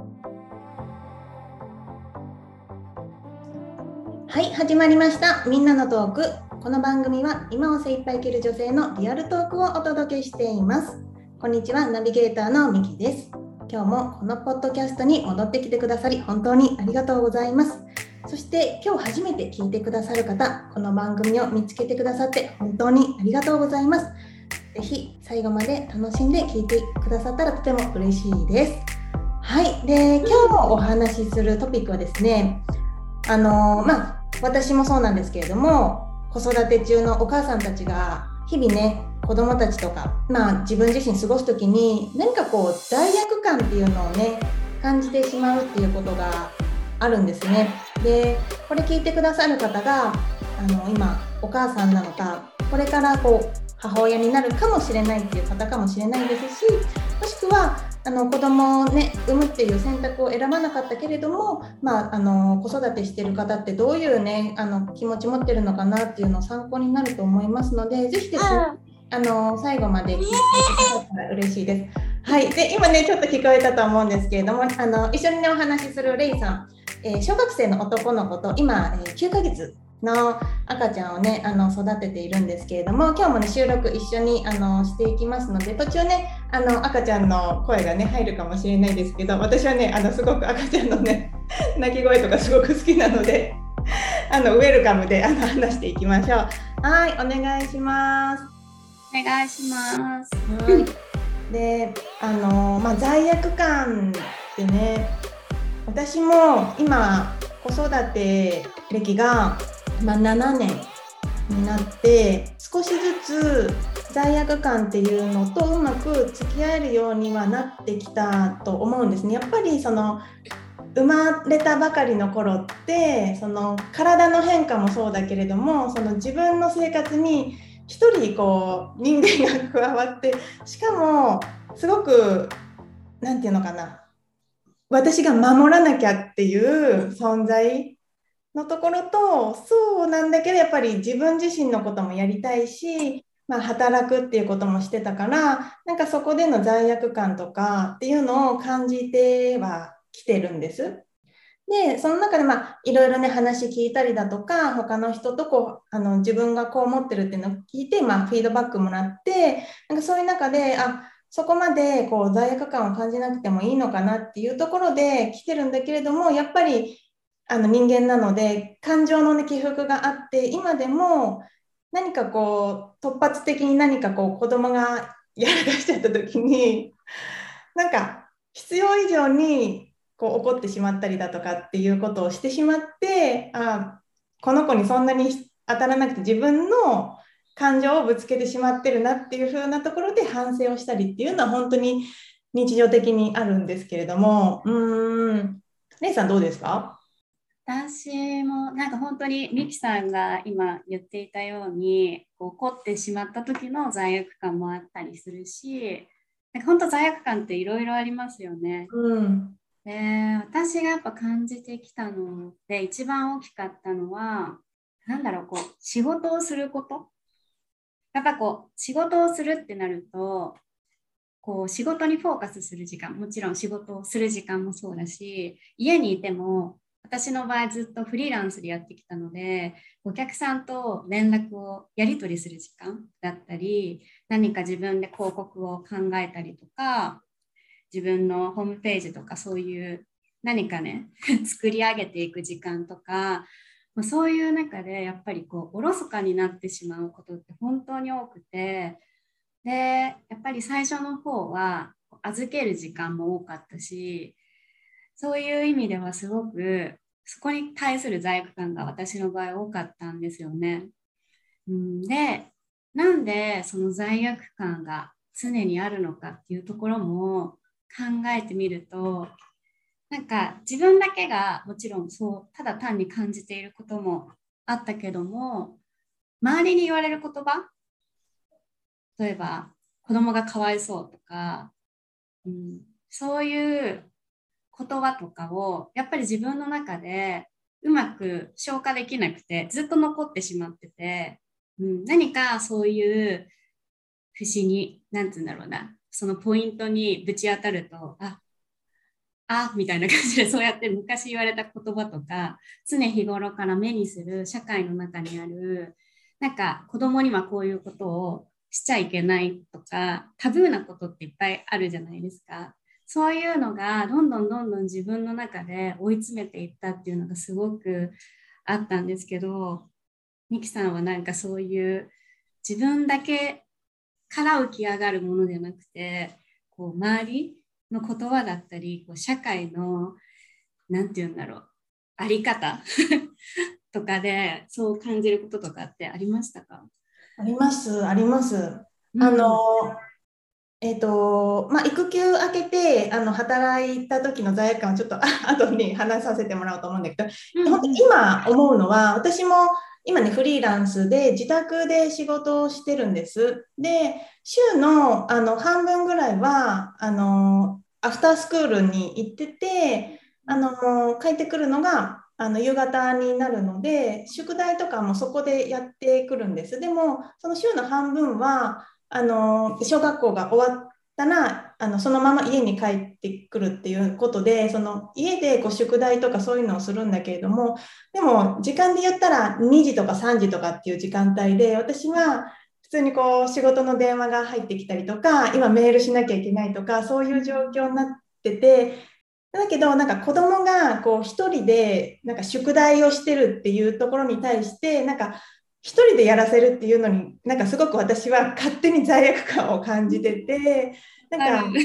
はい、始まりました。みんなのトーク。この番組は今を精一杯生きる女性のリアルトークをお届けしています。こんにちは、ナビゲーターのミキです。今日もこのポッドキャストに戻ってきてくださり本当にありがとうございます。そして今日初めて聞いてくださる方、この番組を見つけてくださって本当にありがとうございます。ぜひ最後まで楽しんで聞いてくださったらとても嬉しいです。はい、で今日お話しするトピックはですね、私もそうなんですけれども、子育て中のお母さんたちが日々ね、子どもたちとか、自分自身過ごすときに何かこう罪悪感っていうのをね感じてしまうっていうことがあるんですね。で、これ聞いてくださる方が今お母さんなのか、これからこう母親になるかもしれないっていう方かもしれないですし、もしくは子供をね産むっていう選択を選ばなかったけれども、子育てしている方ってどういうね気持ち持ってるのかなっていうのを参考になると思いますので、ぜひですね最後まで聞いてくださったら嬉しいです。はい、で今ねちょっと聞こえたと思うんですけれども、一緒にねお話しするレイさん、小学生の男の子と今、9ヶ月の赤ちゃんをね育てているんですけれども、今日もね収録一緒にしていきますので、途中ね赤ちゃんの声がね入るかもしれないですけど、私はねすごく赤ちゃんのね泣き声とかすごく好きなのでウェルカムで話していきましょう。はい、お願いします。 お願いします。 はい。で罪悪感ってね、私も今子育て歴が、7年になって少しずつ罪悪感っていうのとうまく付き合えるようにはなってきたと思うんですね。やっぱりその生まれたばかりの頃ってその体の変化もそうだけれども、その自分の生活に一人こう人間が加わって、しかもすごくなんていうのかな、私が守らなきゃっていう存在のところと、そうなんだけどやっぱり自分自身のこともやりたいし、働くっていうこともしてたから、なんかそこでの罪悪感とかっていうのを感じてはきてるんです。で、その中でいろいろね話聞いたりだとか、他の人とこう自分がこう思ってるっていうのを聞いて、フィードバックもらって、なんかそういう中でそこまでこう罪悪感を感じなくてもいいのかなっていうところで来てるんだけれども、やっぱり人間なので感情の、ね、起伏があって、今でも何かこう突発的に何かこう子供がやらかしちゃった時に、なんか必要以上にこう怒ってしまったりだとかっていうことをしてしまって、この子にそんなに当たらなくて自分の感情をぶつけてしまってるなっていう風なところで反省をしたりっていうのは本当に日常的にあるんですけれども、レイさんどうですか？ 私もなんか本当にミキさんが今言っていたように、こう怒ってしまった時の罪悪感もあったりするし、なんか本当罪悪感っていろいろありますよね。 うん。 で、私がやっぱ感じてきたので一番大きかったのは、なんだろう、こう仕事をすること。やっぱこう仕事をするってなると、こう仕事にフォーカスする時間、もちろん仕事をする時間もそうだし、家にいても私の場合ずっとフリーランスでやってきたので、お客さんと連絡をやり取りする時間だったり、何か自分で広告を考えたりとか、自分のホームページとかそういう何かね作り上げていく時間とか、そういう中でやっぱりこうおろそかになってしまうことって本当に多くて、で、やっぱり最初の方は預ける時間も多かったし、そういう意味ではすごくそこに対する罪悪感が私の場合多かったんですよね。で、なんでその罪悪感が常にあるのかっていうところも考えてみると、なんか自分だけがもちろんそうただ単に感じていることもあったけども、周りに言われる言葉、例えば子供がかわいそうとか、そういう言葉とかをやっぱり自分の中でうまく消化できなくてずっと残ってしまってて、何かそういう節に何て言うんだろうな、そのポイントにぶち当たると、 あみたいな感じで、そうやって昔言われた言葉とか、常日頃から目にする社会の中にある、なんか子供にはこういうことをしちゃいけないとか、タブーなことっていっぱいあるじゃないですか。そういうのがどんどんどんどん自分の中で追い詰めていったっていうのがすごくあったんですけど、ミキさんはなんかそういう自分だけから浮き上がるものじゃなくて、こう周りの言葉だったり、こう社会のなんて言うんだろう、あり方とかでそう感じることとかってありましたか？ あります、あります。あの、 うん。 育休明けて働いた時の罪悪感はちょっと後に話させてもらおうと思うんだけど、本当うんうん。 今思うのは、私も今ね、フリーランスで自宅で仕事をしてるんです。で、週の、半分ぐらいはアフタースクールに行ってて、帰ってくるのが夕方になるので、宿題とかもそこでやってくるんです。でも、その週の半分は、小学校が終わったらそのまま家に帰ってくるっていうことで、その家でこう宿題とかそういうのをするんだけれども、でも時間で言ったら2時とか3時とかっていう時間帯で、私は普通にこう仕事の電話が入ってきたりとか、今メールしなきゃいけないとか、そういう状況になってて、だけどなんか子供がこう一人でなんか宿題をしてるっていうところに対して、なんか一人でやらせるっていうのに、なんかすごく私は勝手に罪悪感を感じてて、なんある。 か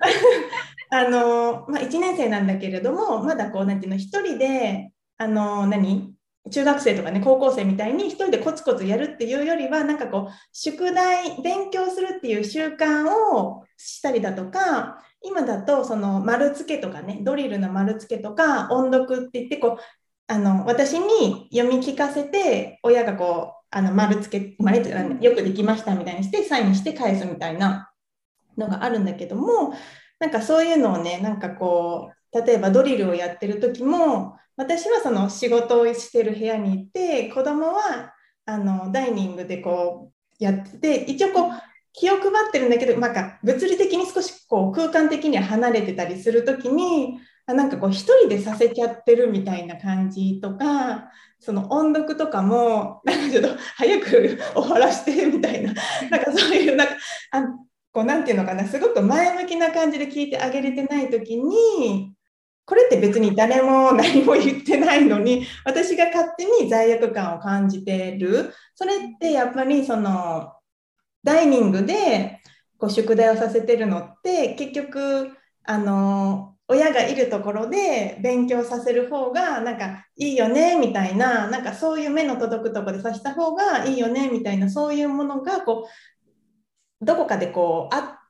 1年生なんだけれども、まだこうなんていうの、一人で中学生とかね、高校生みたいに一人でコツコツやるっていうよりは、なんかこう宿題勉強するっていう習慣をしたりだとか、今だとその丸付けとかね、ドリルの丸付けとか音読って言って、こう私に読み聞かせて、親がこう丸付け、丸ってよくできましたみたいにしてサインして返すみたいなのがあるんだけども、なんかそういうのをね、なんかこう例えばドリルをやってる時も、私はその仕事をしてる部屋に行って、子供はダイニングでこうやってて、一応こう気を配ってるんだけど、なんか物理的に少しこう空間的には離れてたりする時に、なんかこう一人でさせちゃってるみたいな感じとか、その音読とかもなんかちょっと早く終わらせてみたいな、なんかそういうなんかあこうなんていうのかな、すごく前向きな感じで聞いてあげれてない時に、これって別に誰も何も言ってないのに、私が勝手に罪悪感を感じてる。それってやっぱりそのダイニングでこう宿題をさせてるのって、結局親がいるところで勉強させる方がなんかいいよねみたいな、なんかそういう目の届くところでさせた方がいいよねみたいな、そういうものがこうどこかでこうあって、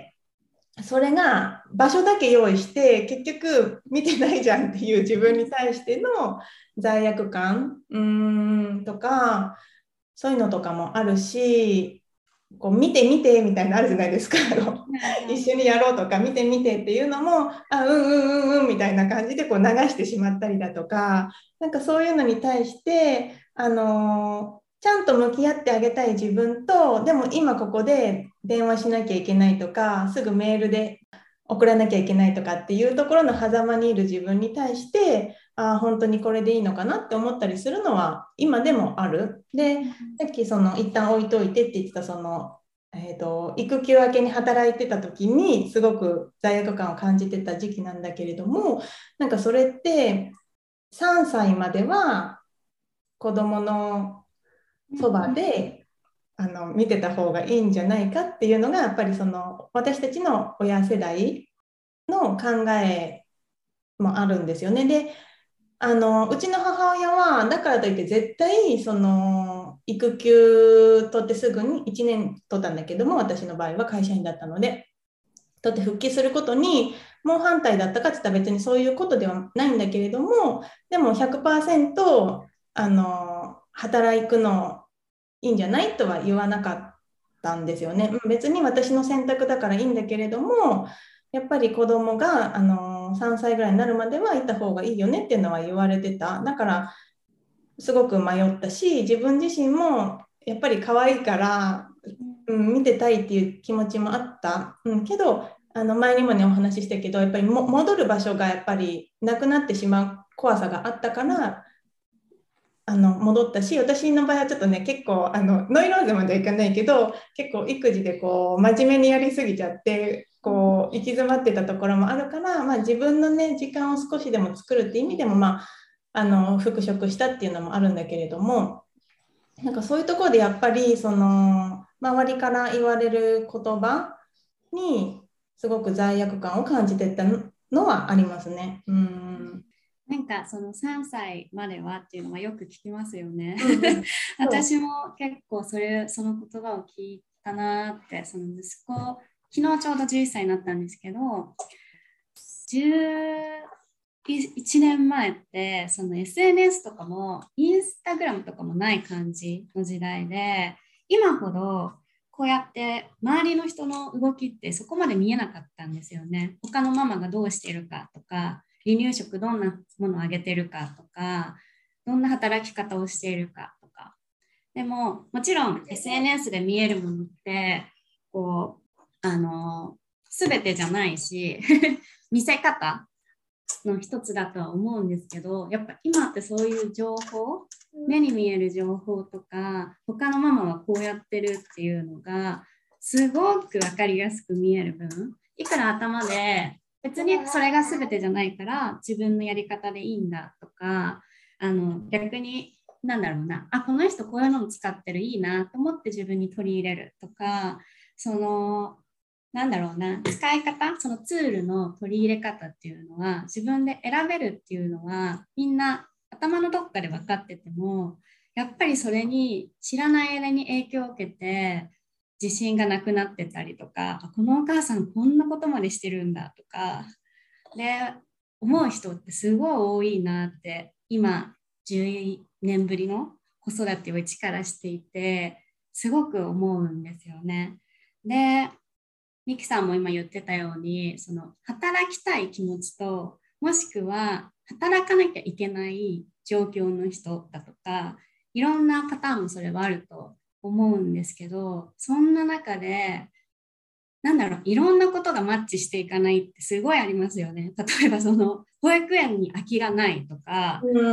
それが場所だけ用意して結局見てないじゃんっていう自分に対しての罪悪感とか、そういうのとかもあるし、こう見て見てみたいなのあるじゃないですか。 はいはい。 一緒にやろうとか見て見てっていうのも、みたいな感じでこう流してしまったりだとか、なんかそういうのに対してちゃんと向き合ってあげたい自分と、でも今ここで電話しなきゃいけないとか、すぐメールで送らなきゃいけないとかっていうところの狭間にいる自分に対して、本当にこれでいいのかなって思ったりするのは今でもある。で、さっきその一旦置いといてって言ってたその、育休明けに働いてた時にすごく罪悪感を感じてた時期なんだけれども、なんかそれって3歳までは子供のそばで見てた方がいいんじゃないかっていうのが、やっぱりその私たちの親世代の考えもあるんですよね。で、うちの母親はだからといって絶対その育休取ってすぐに1年取ったんだけども、私の場合は会社員だったので取って復帰することにもう反対だったかって言ったら別にそういうことではないんだけれども、でも100%働くのいいんじゃないとは言わなかったんですよね。別に私の選択だからいいんだけれども、やっぱり子供が3歳ぐらいになるまでは行った方がいいよねっていうのは言われてた。だからすごく迷ったし、自分自身もやっぱり可愛いから、見てたいっていう気持ちもあった。けど前にもねお話ししたけど、やっぱり戻る場所がやっぱりなくなってしまう怖さがあったから、戻ったし、私の場合はちょっとね、結構ノイローゼまではいかないけど、結構育児でこう真面目にやりすぎちゃって、こう行き詰まってたところもあるから、まあ、自分のね時間を少しでも作るっていう意味でも、まあ、復職したっていうのもあるんだけれども、なんかそういうところでやっぱりその周りから言われる言葉にすごく罪悪感を感じてたのはありますね。うん。 なんかその3歳まではっていうのはよく聞きますよね。 うんうん。そう。 私も結構その言葉を聞いたなって、その息子、昨日ちょうど11歳になったんですけど、11年前ってその SNS とかもインスタグラムとかもない感じの時代で、今ほどこうやって周りの人の動きってそこまで見えなかったんですよね。他のママがどうしているかとか、離乳食どんなものをあげてるかとか、どんな働き方をしているかとか。でももちろん SNS で見えるものってこう全てじゃないし見せ方の一つだとは思うんですけど、やっぱ今ってそういう情報、目に見える情報とか、他のママはこうやってるっていうのがすごく分かりやすく見える分、いくら頭で別にそれが全てじゃないから自分のやり方でいいんだとか、逆になんだろうな、あ、この人こういうのを使ってる、いいなと思って自分に取り入れるとか、そのなんだろうな、使い方、そのツールの取り入れ方っていうのは自分で選べるっていうのはみんな頭のどっかで分かってても、やっぱりそれに知らない間に影響を受けて自信がなくなってたりとか、このお母さんこんなことまでしてるんだとかで思う人ってすごい多いなって今10年ぶりの子育てを一からしていてすごく思うんですよね。でミキさんも今言ってたように、その働きたい気持ちと、もしくは働かなきゃいけない状況の人だとか、いろんなパターンもそれはあると思うんですけど、そんな中で、なんだろう、いろんなことがマッチしていかないってすごいありますよね。例えばその保育園に空きがないとか、 うん。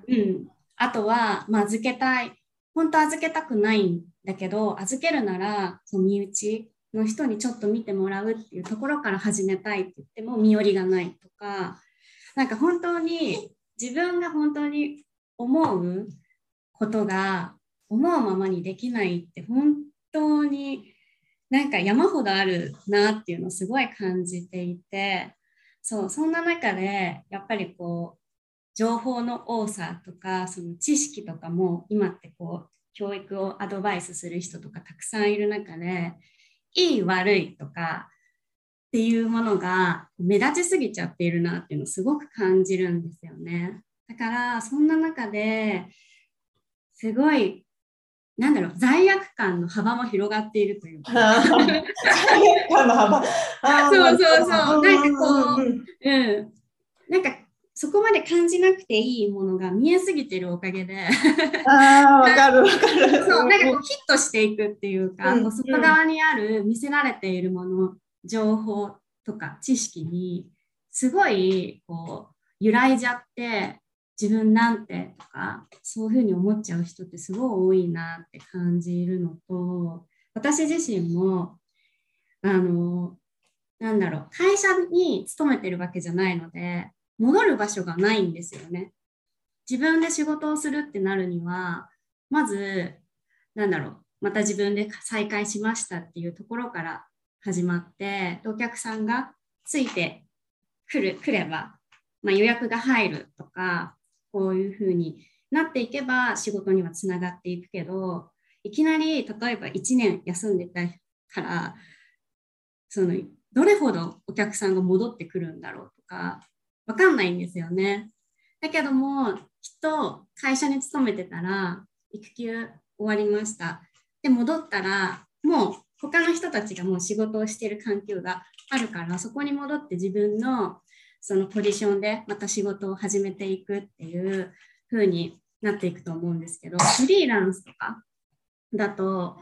うん、あとは、まあ、預けたい、本当預けたくないんだけど、預けるなら、その身内の人にちょっと見てもらうっていうところから始めたいって言っても、身寄りがないとか、なんか本当に自分が本当に思うことが思うままにできないって本当になんか山ほどあるなっていうのをすごい感じていて、そう、そんな中でやっぱりこう情報の多さとかその知識とかも今ってこう教育をアドバイスする人とかたくさんいる中で、いい悪いとかっていうものが目立ちすぎちゃっているなっていうのをすごく感じるんですよね。だからそんな中ですごいなんだろう、罪悪感の幅も広がっているというか罪悪感の幅。ああ、なそうるほそうそう、なんかこど。うんうんうんうん。 う、うん、なんかそこまで感じなくていいものが見えすぎてるおかげでああ、わかるわかる。 そう、なんかこうヒットしていくっていうか、こううんうん。 外側にある見せられているもの、情報とか知識にすごいこう揺らいじゃって自分なんてとかそういうふうに思っちゃう人ってすごい多いなって感じるのと、私自身もあのなんだろう、会社に勤めてるわけじゃないので戻る場所がないんですよね。自分で仕事をするってなるにはまずなんだろう、また自分で再開しましたっていうところから始まって、お客さんがついて来れば、まあ、予約が入るとか、こういうふうになっていけば仕事にはつながっていくけど、いきなり例えば1年休んでたから、そのどれほどお客さんが戻ってくるんだろうとか、わかんないんですよね。だけども、きっと会社に勤めてたら、育休終わりました。で、戻ったら、もう他の人たちがもう仕事をしている環境があるから、そこに戻って自分のそのポジションでまた仕事を始めていくっていう風になっていくと思うんですけど、フリーランスとかだと、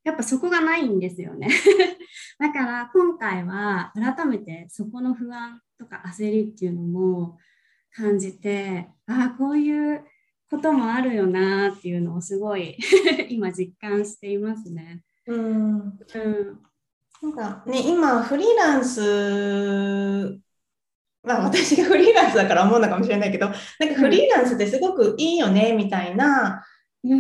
やっぱそこがないんですよね。だから今回は改めてそこの不安とか焦りっていうのも感じて、ああ、こういうこともあるよなっていうのをすごい今実感していますね。 うん。 うん。 なんかね、今、フリーランス、まあ私がフリーランスだから思うのかもしれないけど、なんかフリーうん。 ランスってすごくいいよね、みたいな、 うん。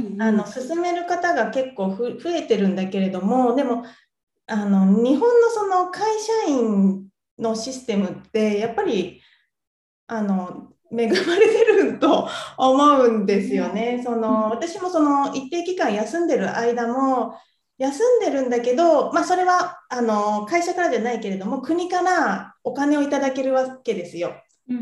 進める方が結構増えてるんだけれども、でも、日本のその会社員のシステムって、やっぱり、恵まれてると思うんですよね。私もその一定期間休んでる間も、休んでるんだけど、まあ、それは会社からじゃないけれども、国からお金をいただけるわけですよ。 うん。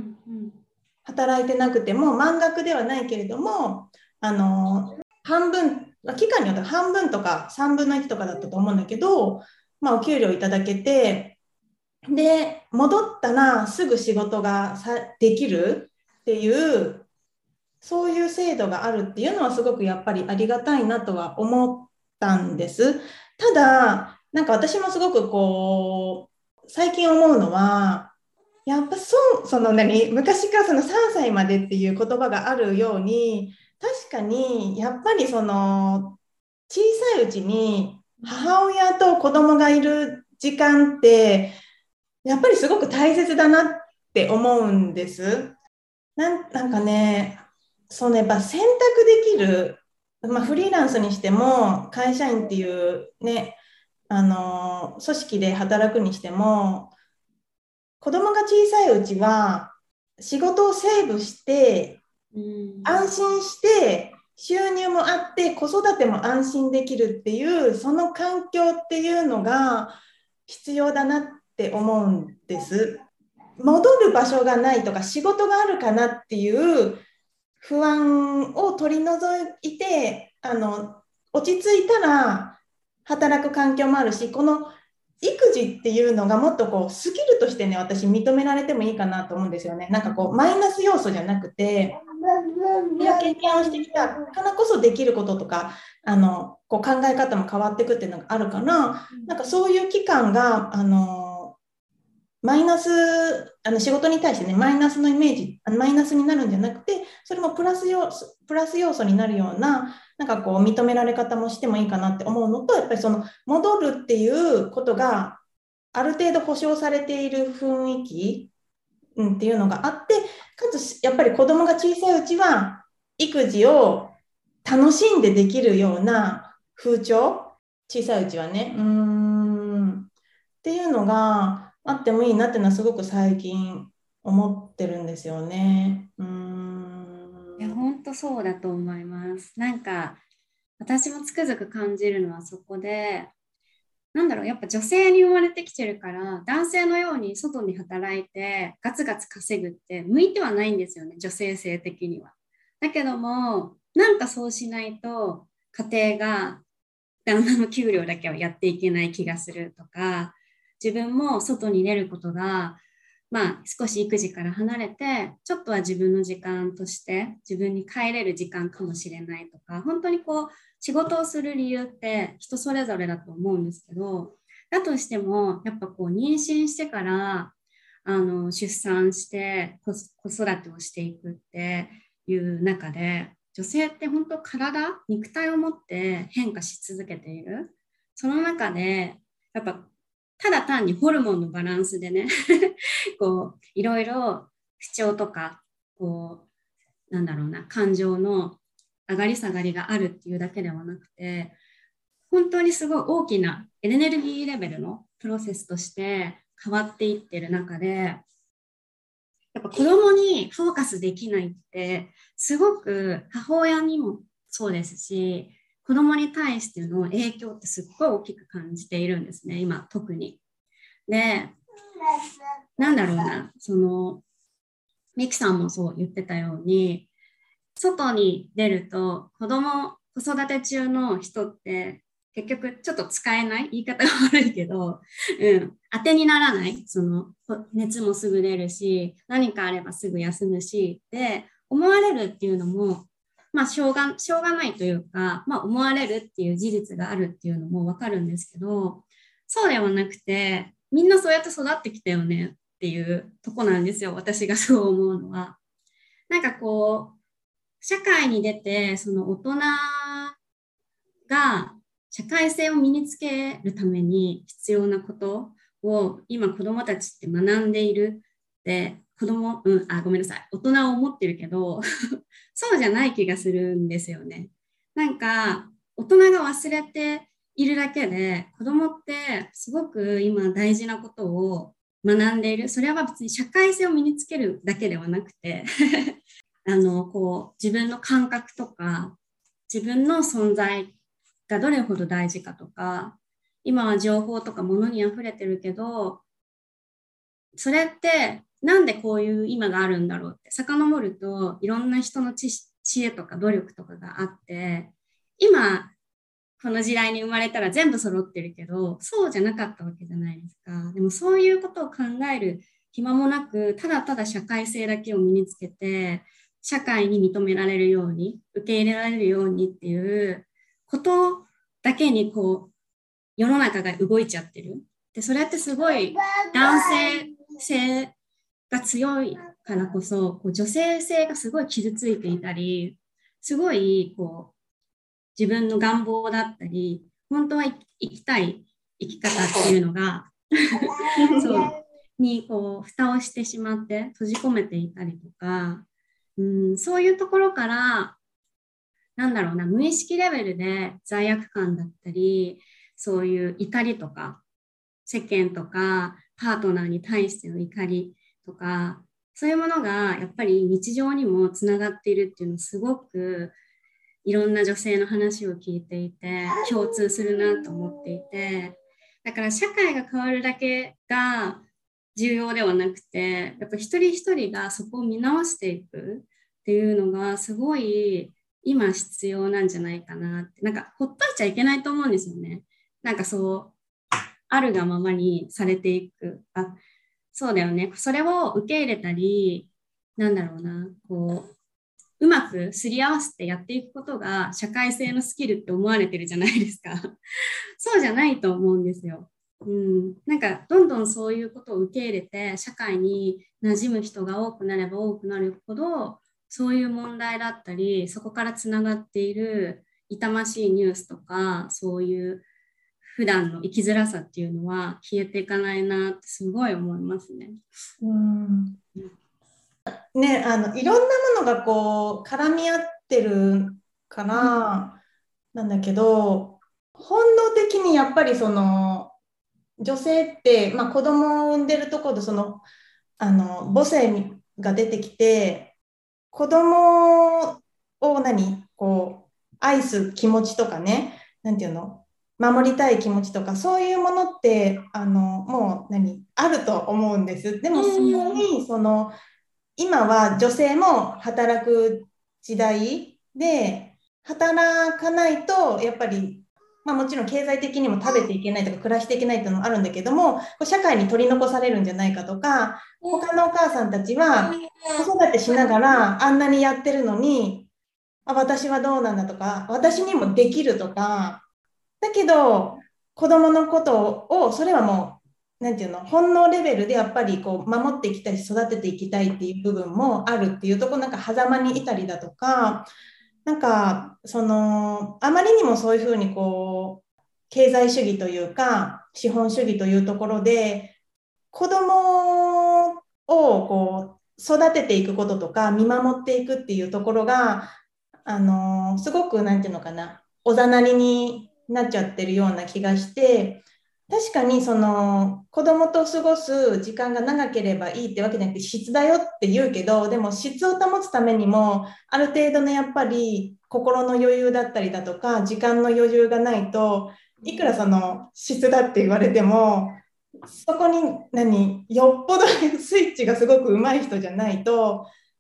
働いてなくても、満額ではないけれども、半分、期間によっては半分とか3分の1とかだったと思うんだけど、まあ、お給料いただけて、で、戻ったらすぐ仕事ができるっていう、そういう制度があるっていうのはすごくやっぱりありがたいなとは思ったんです。ただ、なんか私もすごくこう、最近思うのは、やっぱその昔からその3歳までっていう言葉があるように、確かにやっぱりその小さいうちに母親と子供がいる時間ってやっぱりすごく大切だなって思うんです。なんかね、そうね、やっぱ選択できる、まあ、フリーランスにしても、会社員っていうね、組織で働くにしても、子供が小さいうちは、仕事をセーブして、 うん。 安心して、収入もあって、子育ても安心できるっていう、その環境っていうのが必要だなって思うんです。戻る場所がないとか仕事があるかなっていう不安を取り除いて落ち着いたら働く環境もあるし、この育児っていうのがもっとこうスキルとしてね、私認められてもいいかなと思うんですよね。なんかこうマイナス要素じゃなくて、そういう経験をしてきたからこそできることとかこう考え方も変わっていくっていうのがあるから、なんかそういう期間がマイナス、仕事に対してね、マイナスのイメージ、マイナスになるんじゃなくて、それもプラス要素になるような、なんかこう、認められ方もしてもいいかなって思うのと、やっぱりその、戻るっていうことが、ある程度保証されている雰囲気、っていうのがあって、かつ、やっぱり子供が小さいうちは、育児を楽しんでできるような風潮、小さいうちはね、っていうのがあってもいいなっていうのはすごく最近思ってるんですよね。 いや、本当そうだと思います。なんか、私もつくづく感じるのはそこで、なんだろう、やっぱ女性に生まれてきてるから、男性のように外に働いてガツガツ稼ぐって向いてはないんですよね、女性性的には。だけども、なんかそうしないと家庭が旦那の給料だけはやっていけない気がするとか、自分も外に出ることが、まあ少し育児から離れて、ちょっとは自分の時間として自分に帰れる時間かもしれないとか、本当にこう仕事をする理由って人それぞれだと思うんですけど、だとしてもやっぱこう妊娠してから出産して子育てをしていくっていう中で、女性って本当肉体を持って変化し続けている。その中でやっぱただ単にホルモンのバランスでねこういろいろ不調とかこうなんだろうな、感情の上がり下がりがあるっていうだけではなくて、本当にすごい大きなエネルギーレベルのプロセスとして変わっていってる中で、やっぱ子供にフォーカスできないってすごく母親にもそうですし、子供に対しての影響ってすっごい大きく感じているんですね、今特に。で、なんだろうな、ミキさんもそう言ってたように、外に出ると子育て中の人って結局ちょっと使えない、言い方が悪いけど、当てにならない、熱もすぐ出るし、何かあればすぐ休むしって思われるっていうのもまあしょうがないというか、まあ思われるっていう事実があるっていうのもわかるんですけど、そうではなくて、みんなそうやって育ってきたよねっていうとこなんですよ。私がそう思うのは。なんかこう、社会に出て、その大人が社会性を身につけるために必要なことを今子供たちって学んでいるってごめんなさい、大人は思ってるけどそうじゃない気がするんですよね。なんか大人が忘れているだけで子供ってすごく今大事なことを学んでいる。それは別に社会性を身につけるだけではなくてこう自分の感覚とか自分の存在がどれほど大事かとか、今は情報とか物に溢れてるけど、それってなんでこういう今があるんだろうって遡るといろんな人の知恵とか努力とかがあって、今この時代に生まれたら全部揃ってるけど、そうじゃなかったわけじゃないですか。でもそういうことを考える暇もなく、ただただ社会性だけを身につけて、社会に認められるように、受け入れられるようにっていうことだけにこう、世の中が動いちゃってる。で、それってすごい男性性が強いからこそ、こう女性性がすごい傷ついていたり、すごいこう、自分の願望だったり、本当は生きたい生き方っていうのがそうにこう蓋をしてしまって閉じ込めていたりとか、そういうところからなんだろうな、無意識レベルで罪悪感だったり、そういう怒りとか、世間とかパートナーに対しての怒りとか、そういうものがやっぱり日常にもつながっているっていうのをすごくいろんな女性の話を聞いていて共通するなと思っていて、だから社会が変わるだけが重要ではなくて、やっぱ一人一人がそこを見直していくっていうのがすごい今必要なんじゃないかなって。なんかほっといちゃいけないと思うんですよね。なんかそうあるがままにされていく。そうだよね。それを受け入れたり、なんだろうな、こう、うまくすり合わせてやっていくことが社会性のスキルって思われてるじゃないですか。そうじゃないと思うんですよ。なんかどんどんそういうことを受け入れて社会に馴染む人が多くなれば多くなるほど、そういう問題だったり、そこからつながっている痛ましいニュースとか、そういう普段の生きづらさっていうのは消えていかないなってすごい思いますね。 ね、いろんなものがこう絡み合ってるからなんだけど、本能的にやっぱりその女性って、まあ、子供を産んでるところでその母性が出てきて、子供をこう愛す気持ちとかね、なんていうの、守りたい気持ちとか、そういうものってもうあると思うんです。でもそこにその今は女性も働く時代で、働かないとやっぱり、まあ、もちろん経済的にも食べていけないとか暮らしていけないっていうのもあるんだけども、こう社会に取り残されるんじゃないかとか、他のお母さんたちは子育てしながらあんなにやってるのに、私はどうなんだとか、私にもできるとか、だけど子供のことをそれはもうなんていうの、本能レベルでやっぱりこう守っていきたいし育てていきたいっていう部分もあるっていうところ、なんか狭間にいたりだとか、なんかそのあまりにもそういうふうにこう経済主義というか資本主義というところで子供をこう育てていくこととか見守っていくっていうところがすごくなんていうのかな、おざなりになっちゃってるような気がして、確かにその子供と過ごす時間が長ければいいってわけじゃなくて質だよって言うけど、でも質を保つためにもある程度のやっぱり心の余裕だったりだとか時間の余裕がないと、いくらその質だって言われてもそこによっぽどスイッチがすごく上手い人じゃないと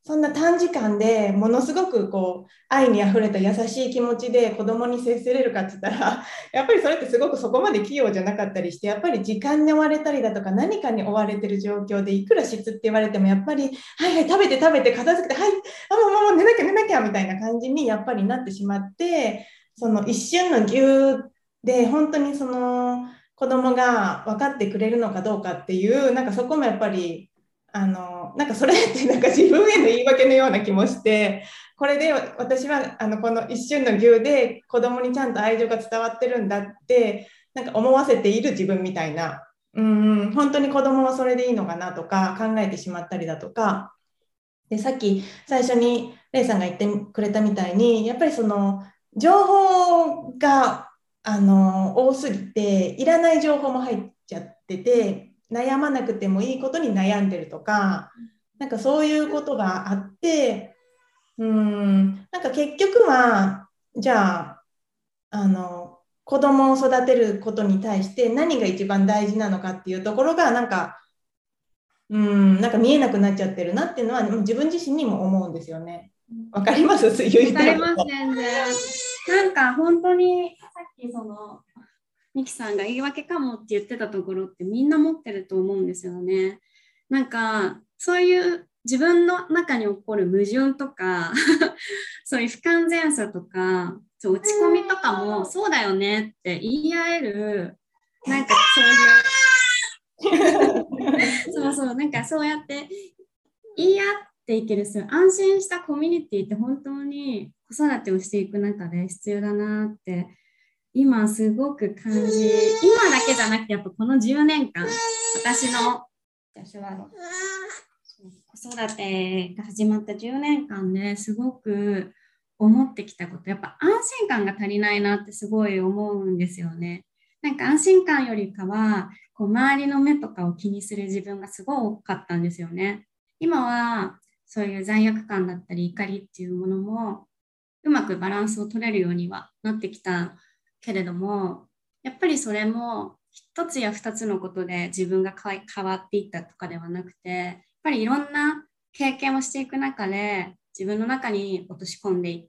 そんな短時間でものすごくこう愛にあふれた優しい気持ちで子供に接せれるかって言ったら、やっぱりそれってすごくそこまで器用じゃなかったりして、やっぱり時間に追われたりだとか何かに追われてる状況でいくら質って言われても、やっぱりはいはい食べて食べて片付けて、はいあもう寝なきゃ寝なきゃみたいな感じにやっぱりなってしまって、その一瞬のぎゅーで本当にその子供が分かってくれるのかどうかっていう、なんかそこもやっぱりなんかそれってなんか自分への言い訳のような気もして、これで私はこの一瞬の牛で子供にちゃんと愛情が伝わってるんだってなんか思わせている自分みたいな、本当に子供はそれでいいのかなとか考えてしまったりだとか、でさっき最初にレイさんが言ってくれたみたいに、やっぱりその情報が多すぎていらない情報も入っちゃってて、悩まなくてもいいことに悩んでるとか、なんかそういうことがあって、なんか結局はじゃあ子供を育てることに対して何が一番大事なのかっていうところがなんか見えなくなっちゃってるなっていうのは自分自身にも思うんですよね。わかります？ わかります、全然。なんか本当にさっきそのミキさんが言い訳かもって言ってたところってみんな持ってると思うんですよね。なんかそういう自分の中に起こる矛盾とかそういう不完全さとか落ち込みとかもそうだよねって言い合える、なんかそういうそうそう、なんかそうやって言い合っていける安心したコミュニティって本当に子育てをしていく中で必要だなって今すごく感じ、今だけじゃなくてやっぱこの10年間私は子育てが始まった10年間ですごく思ってきたこと、やっぱ安心感が足りないなってすごい思うんですよね。なんか安心感よりかはこう周りの目とかを気にする自分がすごい多かったんですよね。今はそういう罪悪感だったり怒りっていうものもうまくバランスを取れるようにはなってきたけれども、やっぱりそれも一つや二つのことで自分が変わっていったとかではなくて、やっぱりいろんな経験をしていく中で自分の中に落とし込んでいって、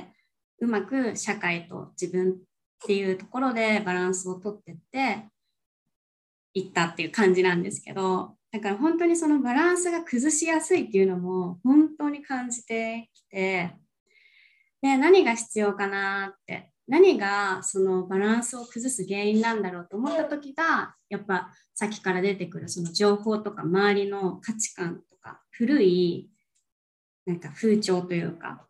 うまく社会と自分っていうところでバランスを取ってっていったっていう感じなんですけど、だから本当にそのバランスが崩しやすいっていうのも本当に感じてきて、で何が必要かなって、何がそのバランスを崩す原因なんだろうと思った時が、やっぱさっきから出てくるその情報とか周りの価値観とか古いなんか風潮というか、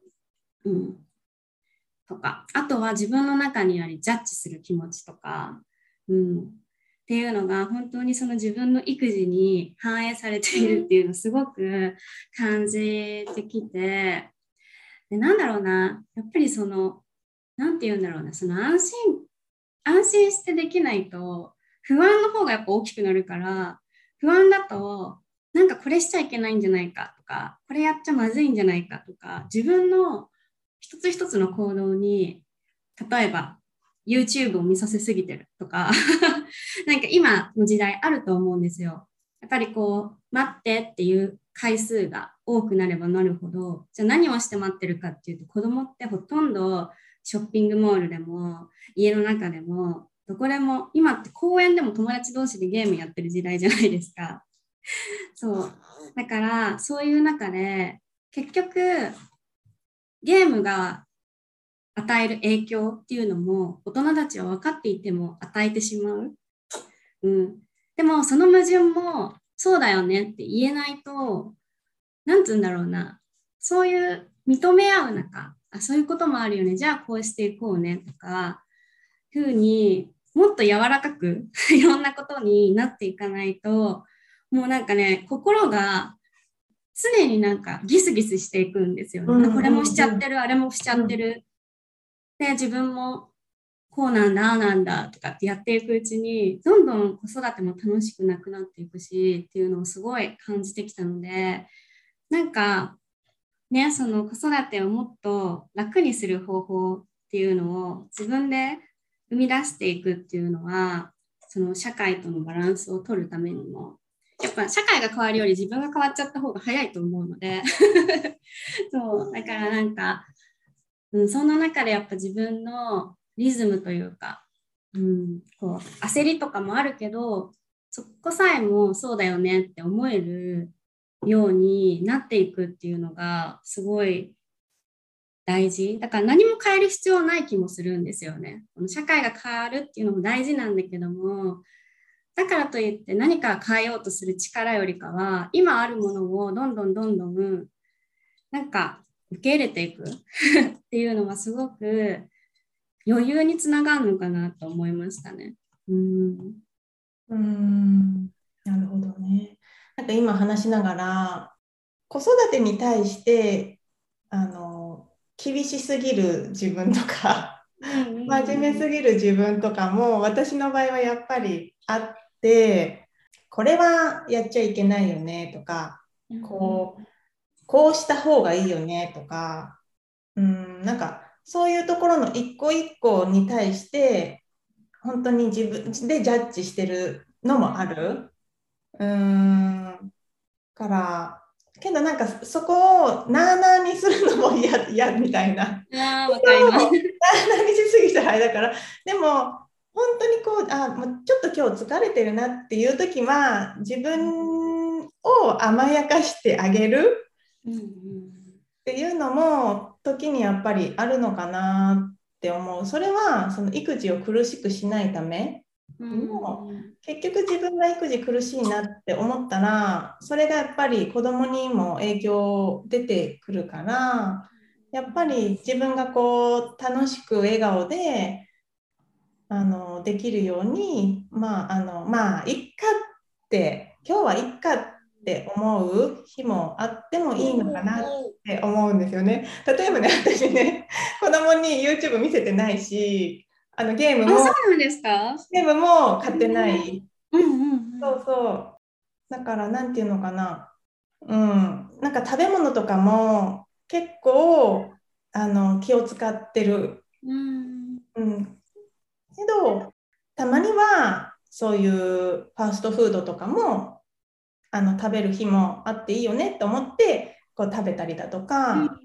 とか、あとは自分の中にありジャッジする気持ちとか、っていうのが本当にその自分の育児に反映されているっていうのをすごく感じてきて、でなんだろうな、やっぱりそのなんて言うんだろうな、その安心してできないと不安の方がやっぱ大きくなるから、不安だとなんかこれしちゃいけないんじゃないかとか、これやっちゃまずいんじゃないかとか、自分の一つ一つの行動に、例えば YouTube を見させすぎてるとかなんか今の時代あると思うんですよ。やっぱりこう待ってっていう回数が多くなればなるほど、じゃあ何をして待ってるかっていうと、子供ってほとんどショッピングモールでも家の中でもどこでも、今って公園でも友達同士でゲームやってる時代じゃないですか。そうだからそういう中で結局ゲームが与える影響っていうのも大人たちは分かっていても与えてしまう。でもその矛盾もそうだよねって言えないと、なんつうんだろうな、そういう認め合う中、そういうこともあるよね、じゃあこうしていこうねとかふうにもっと柔らかくいろんなことになっていかないと、もうなんかね、心が常になんかギスギスしていくんですよね。これもしちゃってる、あれもしちゃってる。で、自分もこうなんだ、ああなんだとかってやっていくうちに、どんどん子育ても楽しくなくなっていくしっていうのをすごい感じてきたので、なんかね、その子育てをもっと楽にする方法っていうのを自分で生み出していくっていうのは、その社会とのバランスを取るためにもやっぱ社会が変わるより自分が変わっちゃった方が早いと思うのでそうだからなんか、そんな中でやっぱ自分のリズムというか、こう焦りとかもあるけど、そこさえもそうだよねって思えるようになっていくっていうのがすごい大事。だから何も変える必要はない気もするんですよね。この社会が変わるっていうのも大事なんだけども、だからといって何か変えようとする力よりかは、今あるものをどんどんどんどんなんか受け入れていくっていうのはすごく余裕につながるのかなと思いましたね。 なるほどね。なんか今話しながら、子育てに対して厳しすぎる自分とか真面目すぎる自分とかも私の場合はやっぱりあって、これはやっちゃいけないよねとか、こうした方がいいよねとか、なんかそういうところの一個一個に対して本当に自分でジャッジしてるのもある。からけどなんかそこをなあなあにするのも嫌みたいな。 わかります。なあなあにしすぎたらあれだから、でも本当にこうもうちょっと今日疲れてるなっていう時は自分を甘やかしてあげるっていうのも時にやっぱりあるのかなって思う。それはその育児を苦しくしないための、結局自分が育児苦しいなって思ったらそれがやっぱり子供にも影響出てくるから、やっぱり自分がこう楽しく笑顔でできるように、まあいっかって今日はいっかって思う日もあってもいいのかなって思うんですよね。例えばね、私ね、子供に YouTube 見せてないし、ゲームもそうなんですか？ ゲームも買ってない。そうそう。だからなんていうのかな、なんか食べ物とかも結構気を使ってる。けどたまにはそういうファーストフードとかも食べる日もあっていいよねと思ってこう食べたりだとか、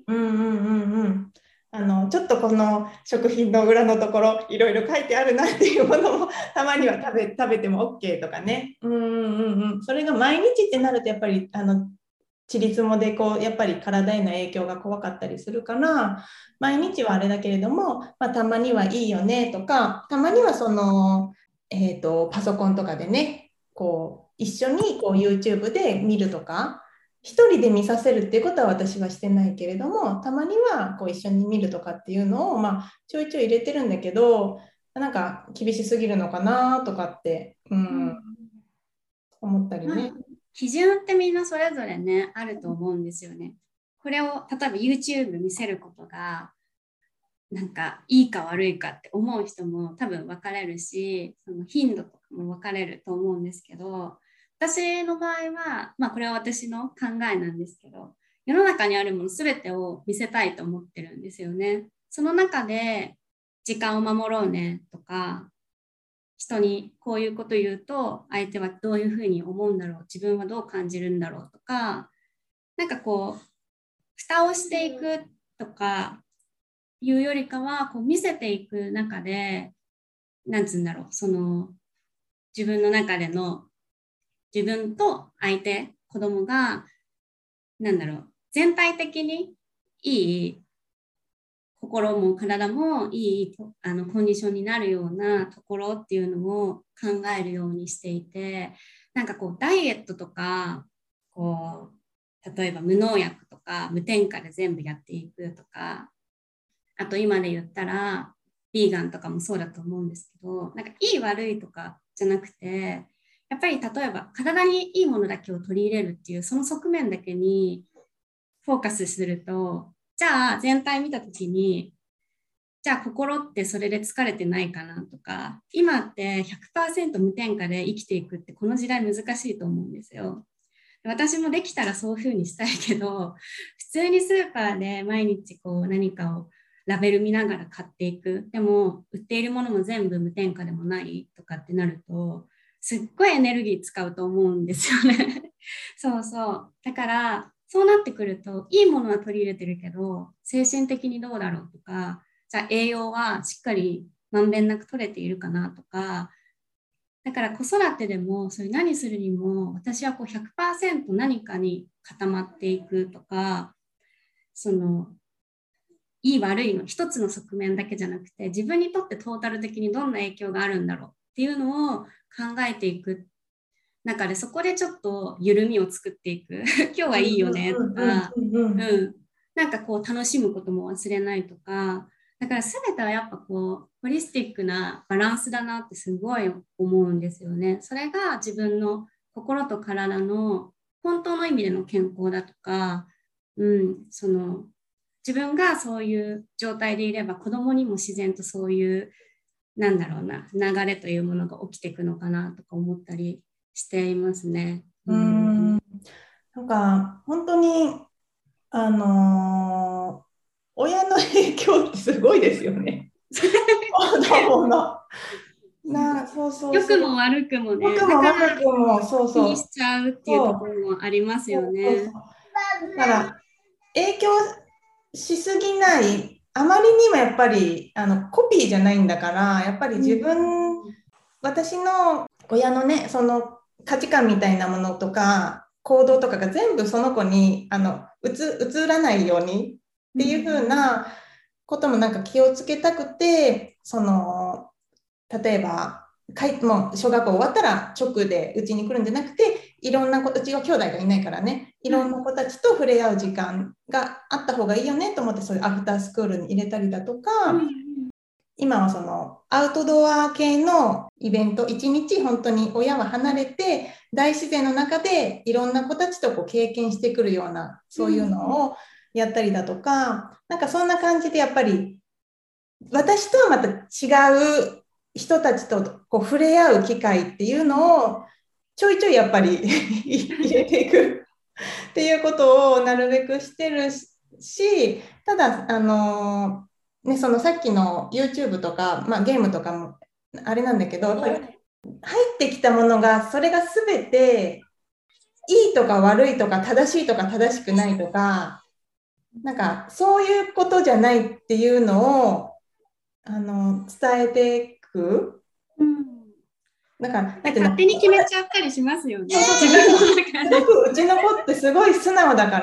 ちょっとこの食品の裏のところいろいろ書いてあるなっていうものもたまには食べても OK とかね。それが毎日ってなるとやっぱりちりつもでこうやっぱり体への影響が怖かったりするから毎日はあれだけれども、たまにはいいよねとか、たまにはその、パソコンとかでねこう一緒にこう YouTube で見るとか、一人で見させるっていうことは私はしてないけれども、たまにはこう一緒に見るとかっていうのを、ちょいちょい入れてるんだけど、なんか厳しすぎるのかなとかって、思ったりね。 基準ってみんなそれぞれね、あると思うんですよね。これを例えば YouTube 見せることがなんかいいか悪いかって思う人も多分分かれるし、その頻度とかも分かれると思うんですけど、私の場合は、これは私の考えなんですけど、世の中にあるもの全てを見せたいと思ってるんですよね。その中で時間を守ろうねとか、人にこういうこと言うと相手はどういうふうに思うんだろう、自分はどう感じるんだろうとか、なんかこう蓋をしていくとかいうよりかはこう見せていく中で、なんつうんだろう、その自分の中での自分と相手、子供がなんだろう、全体的にいい心も体もいいコンディションになるようなところっていうのを考えるようにしていて、なんかこうダイエットとかこう例えば無農薬とか無添加で全部やっていくとか、あと今で言ったらビーガンとかもそうだと思うんですけど、なんかいい悪いとかじゃなくて、やっぱり例えば体にいいものだけを取り入れるっていうその側面だけにフォーカスすると、じゃあ全体見た時に、じゃあ心ってそれで疲れてないかなとか、今って100% 無添加で生きていくってこの時代難しいと思うんですよ。私もできたらそういうふうにしたいけど、普通にスーパーで毎日こう何かをラベル見ながら買っていく。でも売っているものも全部無添加でもないとかってなると、 すっごいエネルギー使うと思うんですよね。そうそう。だから、そうなってくると、いいものは取り入れてるけど、精神的にどうだろうとか、じゃあ栄養はしっかりまんべんなく取れているかなとか、だから子育てでも、それ何するにも、私はこう100%何かに固まっていくとか、その、いい悪いの一つの側面だけじゃなくて、自分にとってトータル的にどんな影響があるんだろうっていうのを考えていく中で、そこでちょっと緩みを作っていく今日はいいよねとか、なんかこう楽しむことも忘れないとか、だから全てはやっぱこうホリスティックなバランスだなってすごい思うんですよね。それが自分の心と体の本当の意味での健康だとか、その自分がそういう状態でいれば子供にも自然とそういうなんだろうな流れというものが起きていくのかなとか思ったりしていますね。 なんか本当にあのー親の影響ってすごいですよね。子供の。そうそうそう。 良くも悪くもね。 良くもだから悪くも、そう気にそう。 しちゃうっていうところもありますよね。 だから影響しすぎない、あまりにもやっぱりコピーじゃないんだから、やっぱり私の親のね、その価値観みたいなものとか、行動とかが全部その子に映らないようにっていう風なこともなんか気をつけたくて、例えば、もう小学校終わったら直でうちに来るんじゃなくて、いろんな子、うちは兄弟がいないからね、いろんな子たちと触れ合う時間があった方がいいよねと思って、そういうアフタースクールに入れたりだとか、今はそのアウトドア系のイベント、一日本当に親は離れて、大自然の中でいろんな子たちとこう経験してくるような、そういうのをやったりだとか、なんかそんな感じでやっぱり、私とはまた違う人たちとこう触れ合う機会っていうのをちょいちょいやっぱり入れていくっていうことをなるべくしてるし、ただね、そのさっきの YouTube とか、ゲームとかもあれなんだけど、やっぱり入ってきたものがそれが全ていいとか悪いとか正しいとか正しくないとか、なんかそういうことじゃないっていうのを伝えていく。だからなんていうの、 勝手に決めちゃったりしますよね。自分の中で。 うちの子ってすごい素直だから、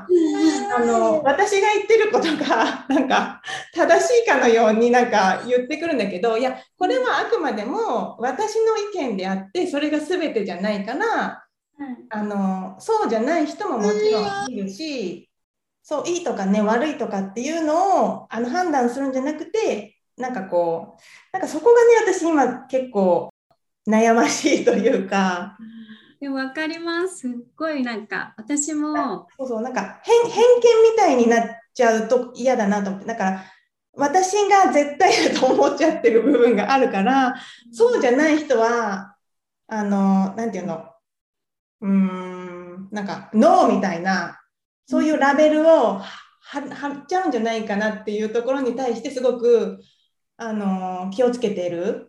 私が言ってることがなんか正しいかのようになんか言ってくるんだけど、いやこれはあくまでも私の意見であってそれが全てじゃないから、そうじゃない人ももちろんいるし、そういいとかね悪いとかっていうのを判断するんじゃなくて、なんかこうなんかそこがね、私今結構悩ましいというか。 でも分かります。すっごいなんか私もそうそう、なんか偏見みたいになっちゃうと嫌だなと思って、だから私が絶対だと思っちゃってる部分があるから、そうじゃない人はなんていうの、なんかノーみたいなそういうラベルを貼っちゃうんじゃないかなっていうところに対してすごく気をつけている。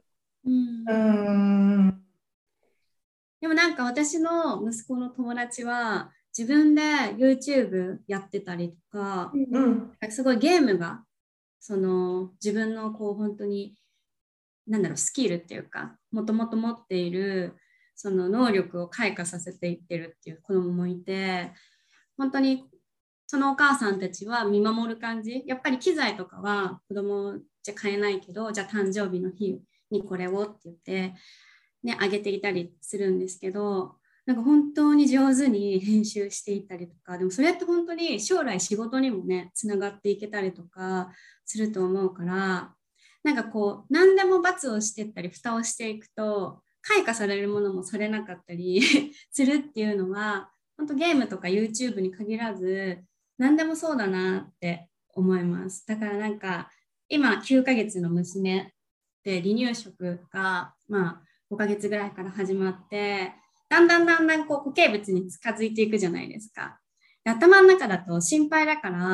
でもなんか私の息子の友達は自分で YouTube やってたりとか、すごいゲームがその自分のこう本当になんだろうスキルっていうかもともと持っているその能力を開花させていってるっていう子供もいて、本当にそのお母さんたちは見守る感じ。やっぱり機材とかは子供じゃ買えないけど、じゃあ誕生日の日にこれをって言ってね、あげていたりするんですけど、なんか本当に上手に編集していったりとか、でもそれって本当に将来仕事にもね、つながっていけたりとかすると思うから、なんかこう、何でも罰をしていったり、蓋をしていくと、開花されるものもされなかったりするっていうのは、本当ゲームとか YouTube に限らず、何でもそうだなって思います。だからなんか、今9ヶ月の娘で離乳食が、5ヶ月ぐらいから始まって、だんだんこう固形物に近づいていくじゃないですか。で頭の中だと心配だから、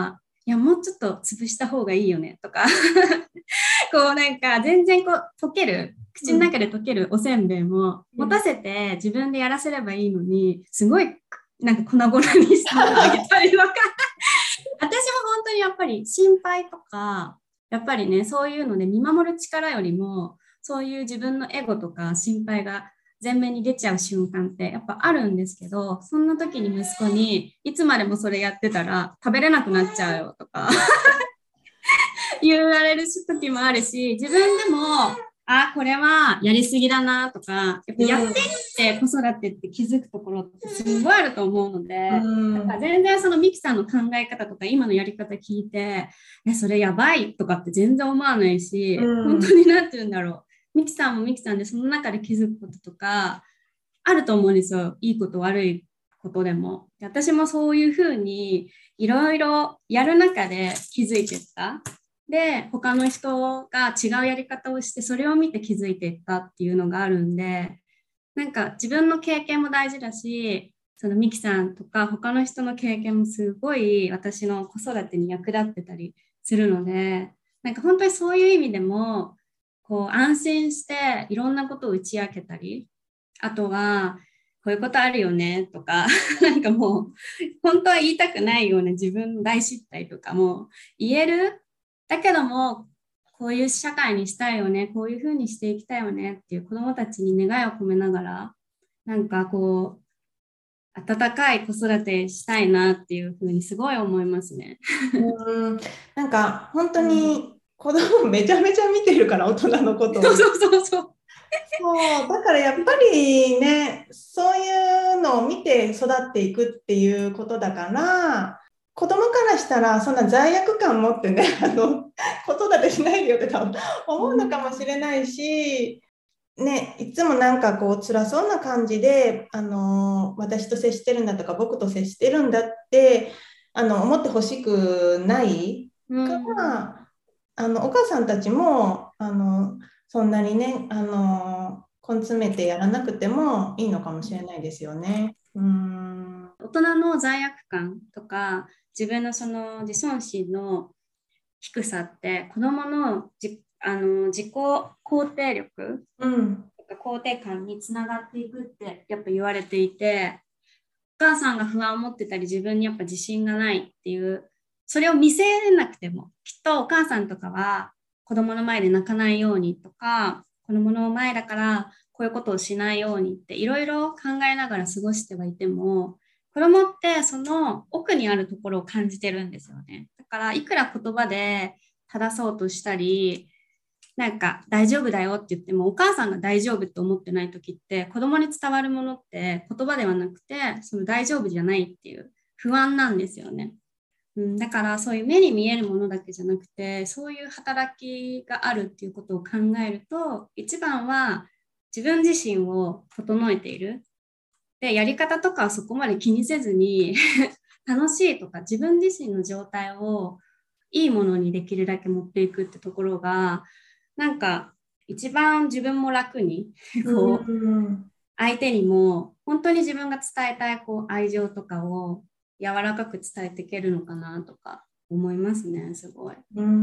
いやもうちょっと潰した方がいいよねとかこうなんか全然こう溶ける口の中で溶けるおせんべいも持たせて自分でやらせればいいのにすごいなんか粉々にしてあげたりとか私も本当にやっぱり心配とかやっぱりねそういうので見守る力よりもそういう自分のエゴとか心配が前面に出ちゃう瞬間ってやっぱあるんですけど、そんな時に息子にいつまでもそれやってたら食べれなくなっちゃうよとか言われる時もあるし、自分でもこれはやりすぎだなとか、やっぱやってって子育てって気づくところってすごいあると思うので、なんか全然そのミキさんの考え方とか今のやり方聞いてそれやばいとかって全然思わないし、本当になんて言うんだろう、ミキさんもミキさんでその中で気づくこととかあると思うんですよ。いいこと悪いことでも。私もそういうふうにいろいろやる中で気づいていった。で、他の人が違うやり方をしてそれを見て気づいていったっていうのがあるんで、なんか自分の経験も大事だし、そのミキさんとか他の人の経験もすごい私の子育てに役立ってたりするので、なんか本当にそういう意味でもこう安心していろんなことを打ち明けたり、あとはこういうことあるよねとかなんかもう本当は言いたくないような自分の大失態とかも言える。だけどもこういう社会にしたいよね、こういうふうにしていきたいよねっていう子どもたちに願いを込めながら、なんかこう温かい子育てしたいなっていうふうにすごい思いますね。 なんか本当に子供めちゃめちゃ見てるから、大人のことを。 そうそうだからやっぱりね、そういうのを見て育っていくっていうことだから、子供からしたらそんな罪悪感持ってね子育てしないでよって多分思うのかもしれないし、ね、いつもなんかこう辛そうな感じで、私と接してるんだとか僕と接してるんだって思ってほしくないから、お母さんたちもそんなにね根詰めてやらなくてもいいのかもしれないですよね。 大人の罪悪感とか自分のその自尊心の低さって子どもの自己肯定力とか肯定感につながっていくってやっぱ言われていて、お母さんが不安を持ってたり自分にやっぱ自信がないっていう、それを見せなくてもきっとお母さんとかは子どもの前で泣かないようにとか、子どもの前だからこういうことをしないようにっていろいろ考えながら過ごしてはいても、子どもってその奥にあるところを感じてるんですよね。だからいくら言葉で正そうとしたり、なんか大丈夫だよって言ってもお母さんが大丈夫って思ってない時って子供に伝わるものって言葉ではなくてその大丈夫じゃないっていう不安なんですよね。だからそういう目に見えるものだけじゃなくてそういう働きがあるっていうことを考えると、一番は自分自身を整えている。で、やり方とかはそこまで気にせずに楽しいとか自分自身の状態をいいものにできるだけ持っていくってところがなんか一番自分も楽にこう相手にも本当に自分が伝えたいこう愛情とかを柔らかく伝えていけるのかなとか思いますね。すごい。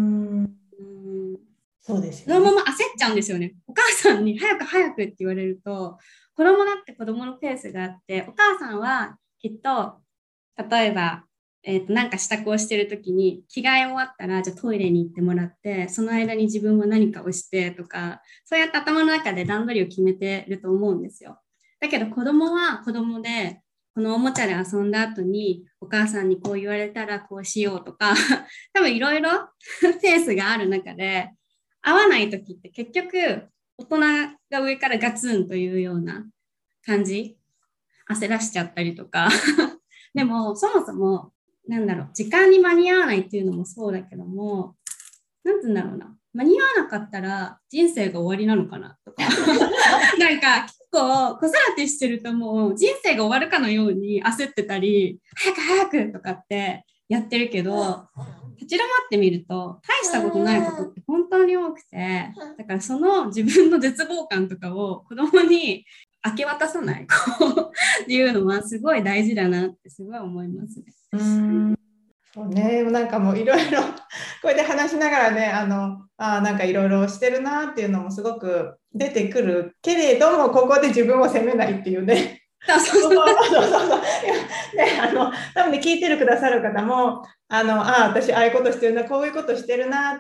そうですよね。 そのまま焦っちゃうんですよね。お母さんに早く早くって言われると、子供だって子供のペースがあって、お母さんはきっと例えばなんか支度をしてる時に着替え終わったらじゃあトイレに行ってもらってその間に自分は何かをしてとか、そうやって頭の中で段取りを決めてると思うんですよ。だけど子供は子供でこのおもちゃで遊んだ後にお母さんにこう言われたらこうしようとか多分いろいろペースがある中で合わない時って結局大人が上からガツンというような感じ、焦らしちゃったりとかでもそもそもなんだろう、時間に間に合わないっていうのもそうだけども、なんて言うんだろうな、間に合わなかったら人生が終わりなのかなとかなんか結構子育てしてるともう人生が終わるかのように焦ってたり早く早くとかってやってるけど、立ち止まってみると大したことないことって本当に多くて、だからその自分の絶望感とかを子供に明け渡さないっていうのはすごい大事だなってすごい思いますね。 そうね、なんかもういろいろこうやって話しながらね、なんかいろいろしてるなっていうのもすごく出てくるけれども、ここで自分を責めないっていうね。 そうそうそう。 そうそうそう。いやね、多分ね、聞いてるくださる方も、私、ああいうことしてるな、こういうことしてるなって、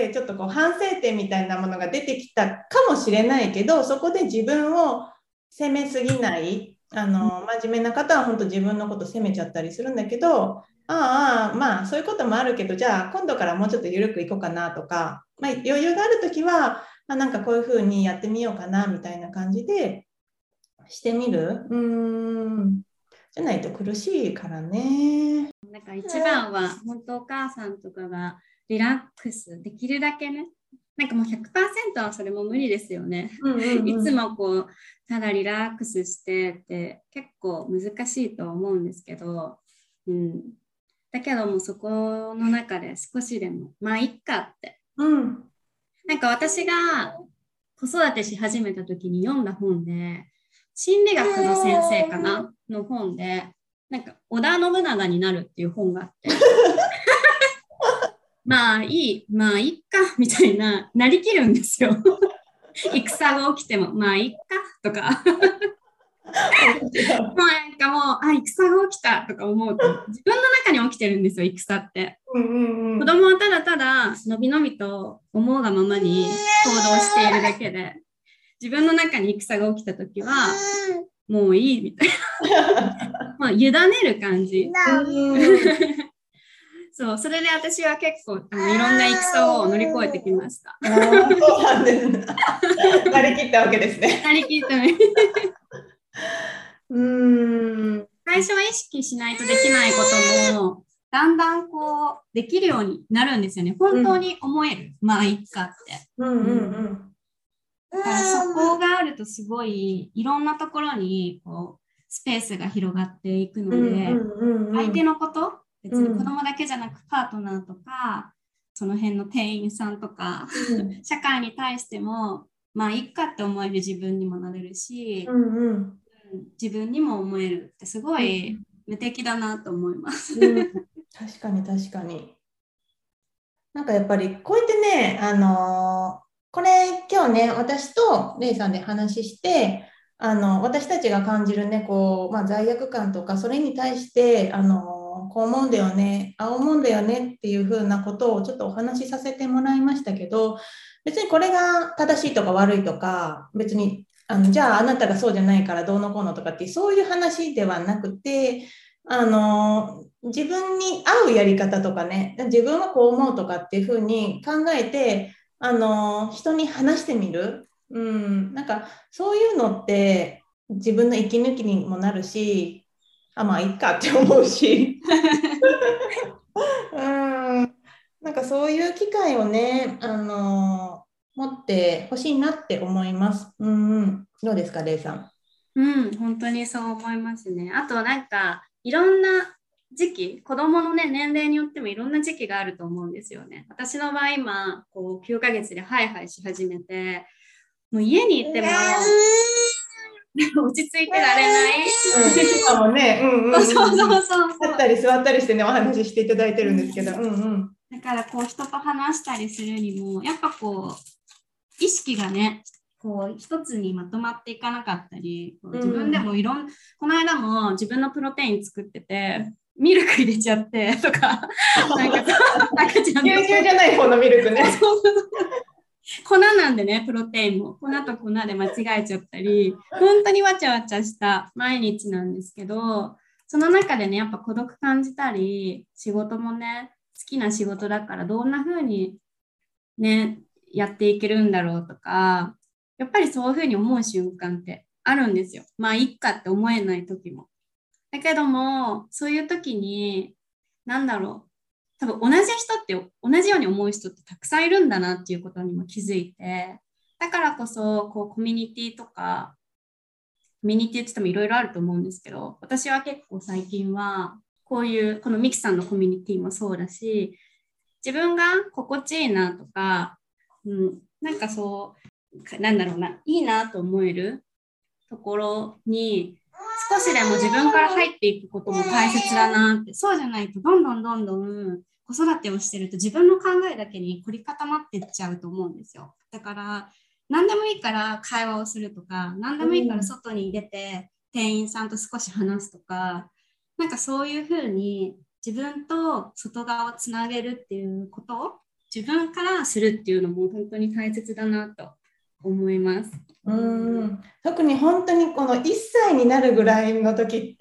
ちょっとこう反省点みたいなものが出てきたかもしれないけど、そこで自分を責めすぎない。真面目な方は本当自分のこと責めちゃったりするんだけど、まあそういうこともあるけど、じゃあ今度からもうちょっと緩くいこうかなとか、まあ、余裕があるときは、なんかこういうふうにやってみようかなみたいな感じでしてみる。じゃないと苦しいからね。 なんか一番は本当お母さんとかがリラックスできるだけね、なんかもう 100% はそれも無理ですよね。いつもこうただリラックスしてって結構難しいと思うんですけど、だけどもそこの中で少しでもまあいっかって、なんか私が子育てし始めた時に読んだ本で、心理学の先生かなの本で、なんか織田信長になるっていう本があってまあいっかみたいな、なりきるんですよ戦が起きてもまあいっかとかもうなんかもう戦が起きたとか思うと自分の中に起きてるんですよ、戦って。子供はただただのびのびと思うがままに行動しているだけで、自分の中に戦が起きたときはもういいみたいなまあ委ねる感じそう、それで私は結構いろんな戦を乗り越えてきました。 そうなんですね。なりきったわけですね。 なりきったね最初は意識しないとできないこともだんだんこうできるようになるんですよね。本当に思える、まあいっかって。だからそこがあるとすごいいろんなところにこうスペースが広がっていくので、相手のこと別に子供だけじゃなくパートナーとか、その辺の店員さんとか、社会に対してもまあいっかって思える自分にもなれるし、自分にも思えるってすごい無敵だなと思います、 確かに確かに。なんかやっぱりこうやってね、これ今日ね、私とレイさんで話して私たちが感じるね、こう、罪悪感とかそれに対してこう思うんだよね、ああ思うんだよねっていうふうなことをちょっとお話しさせてもらいましたけど、別にこれが正しいとか悪いとか、別にじゃああなたがそうじゃないからどうのこうのとかってそういう話ではなくて、自分に合うやり方とかね、自分はこう思うとかっていうふうに考えて人に話してみる、なんかそういうのって自分の息抜きにもなるし、まあいいかって思うしなんかそういう機会をね、持ってほしいなって思います。どうですか、レイさん。 本当にそう思いますね。あとなんかいろんな時期、子供のね、年齢によってもいろんな時期があると思うんですよね。私の場合今、こう9ヶ月でハイハイし始めて、もう家にいても落ち着いてられない。 今もね、 そう立ったり座ったりしてね、お話ししていただいてるんですけど、 だからこう人と話したりするにも、やっぱこう意識がね、こう一つにまとまっていかなかったり、自分でもこの間も自分のプロテイン作ってて、ミルク入れちゃってとか、なんか牛乳じゃない方のミルクね。 粉なんでね、プロテインも粉と粉で間違えちゃったり、本当にわちゃわちゃした毎日なんですけど、その中でね、やっぱ孤独感じたり、仕事もね、好きな仕事だからどんな風にね、やっていけるんだろうとか、やっぱりそういう風に思う瞬間ってあるんですよ。まあいっかって思えない時も。だけども、そういう時に、なんだろう、多分同じ人って同じように思う人ってたくさんいるんだなっていうことにも気づいて、だからこそこうコミュニティとか、コミュニティって言ってもいろいろあると思うんですけど、私は結構最近はこういうこのミキさんのコミュニティもそうだし、自分が心地いいなとか、なんかそうなんだろうな、いいなと思えるところに少しでも自分から入っていくことも大切だなって。そうじゃないとどんどん子育てをしてると自分の考えだけに凝り固まってっちゃうと思うんですよ。だから何でもいいから会話をするとか、何でもいいから外に出て店員さんと少し話すとか、なんかそういうふうに自分と外側をつなげるっていうことを自分からするっていうのも本当に大切だなと思います。 特に本当にこの1歳になるぐらいの時って、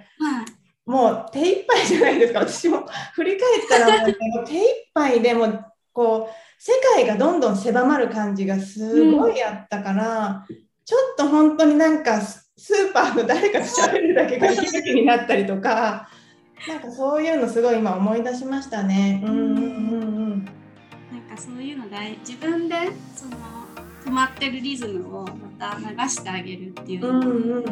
もう手一杯じゃないですか。私も振り返ったらもう手一杯でもこう世界がどんどん狭まる感じがすごいあったから、ちょっと本当になんかスーパーの誰かと喋るだけが息抜きになったりとか、なんかそういうのすごい今思い出しましたね。 なんかそういうの自分でその止まってるリズムをまた流してあげるっていうの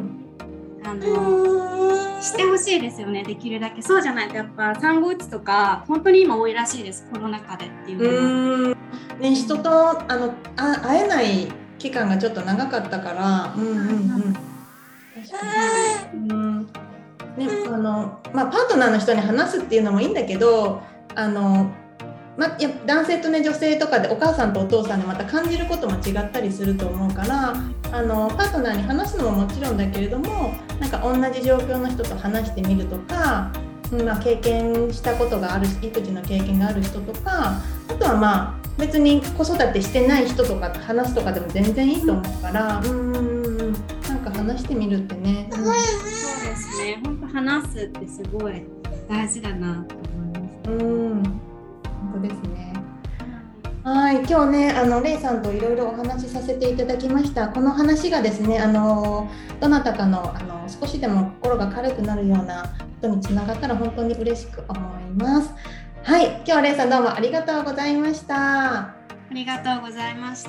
を、してほしいですよね、できるだけ。そうじゃないとやっぱ産後うつとか本当に今多いらしいです、コロナ禍でっていうのは。 人と会えない期間がちょっと長かったから、確かに。ね、パートナーの人に話すっていうのもいいんだけど、男性とね、女性とかでお母さんとお父さんでまた感じることも違ったりすると思うから、パートナーに話すのももちろんだけれども、なんか同じ状況の人と話してみるとか、経験したことがある育児の経験がある人とか、あとは別に子育てしてない人とかと話すとかでも全然いいと思うから、なんか話してみるってね。 そうですね、本当話すってすごい大事だなと思います。 本当ですね。はい、今日ね、レイさんといろいろお話しさせていただきました。この話がですね、どなたかの、少しでも心が軽くなるようなことにつながったら本当に嬉しく思います。はい、今日はレイさんどうもありがとうございました。 ありがとうございました。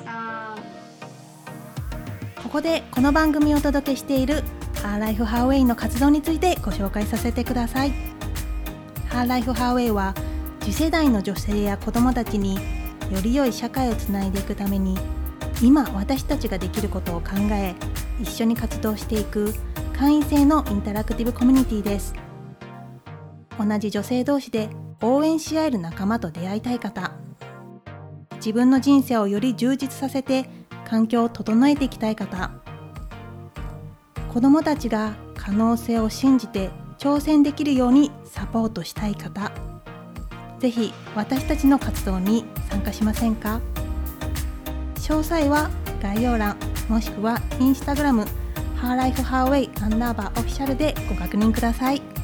ここでこの番組をお届けしている Her Life Her Way の活動についてご紹介させてください。 Her Life Her Way は次世代の女性や子どもたちにより良い社会をつないでいくために、今私たちができることを考え一緒に活動していく会員制のインタラクティブコミュニティです。同じ女性同士で応援し合える仲間と出会いたい方、自分の人生をより充実させて環境を整えていきたい方、子どもたちが可能性を信じて挑戦できるようにサポートしたい方、ぜひ私たちの活動に参加しませんか？詳細は概要欄もしくはインスタグラム Her Life Her Way _Official でご確認ください。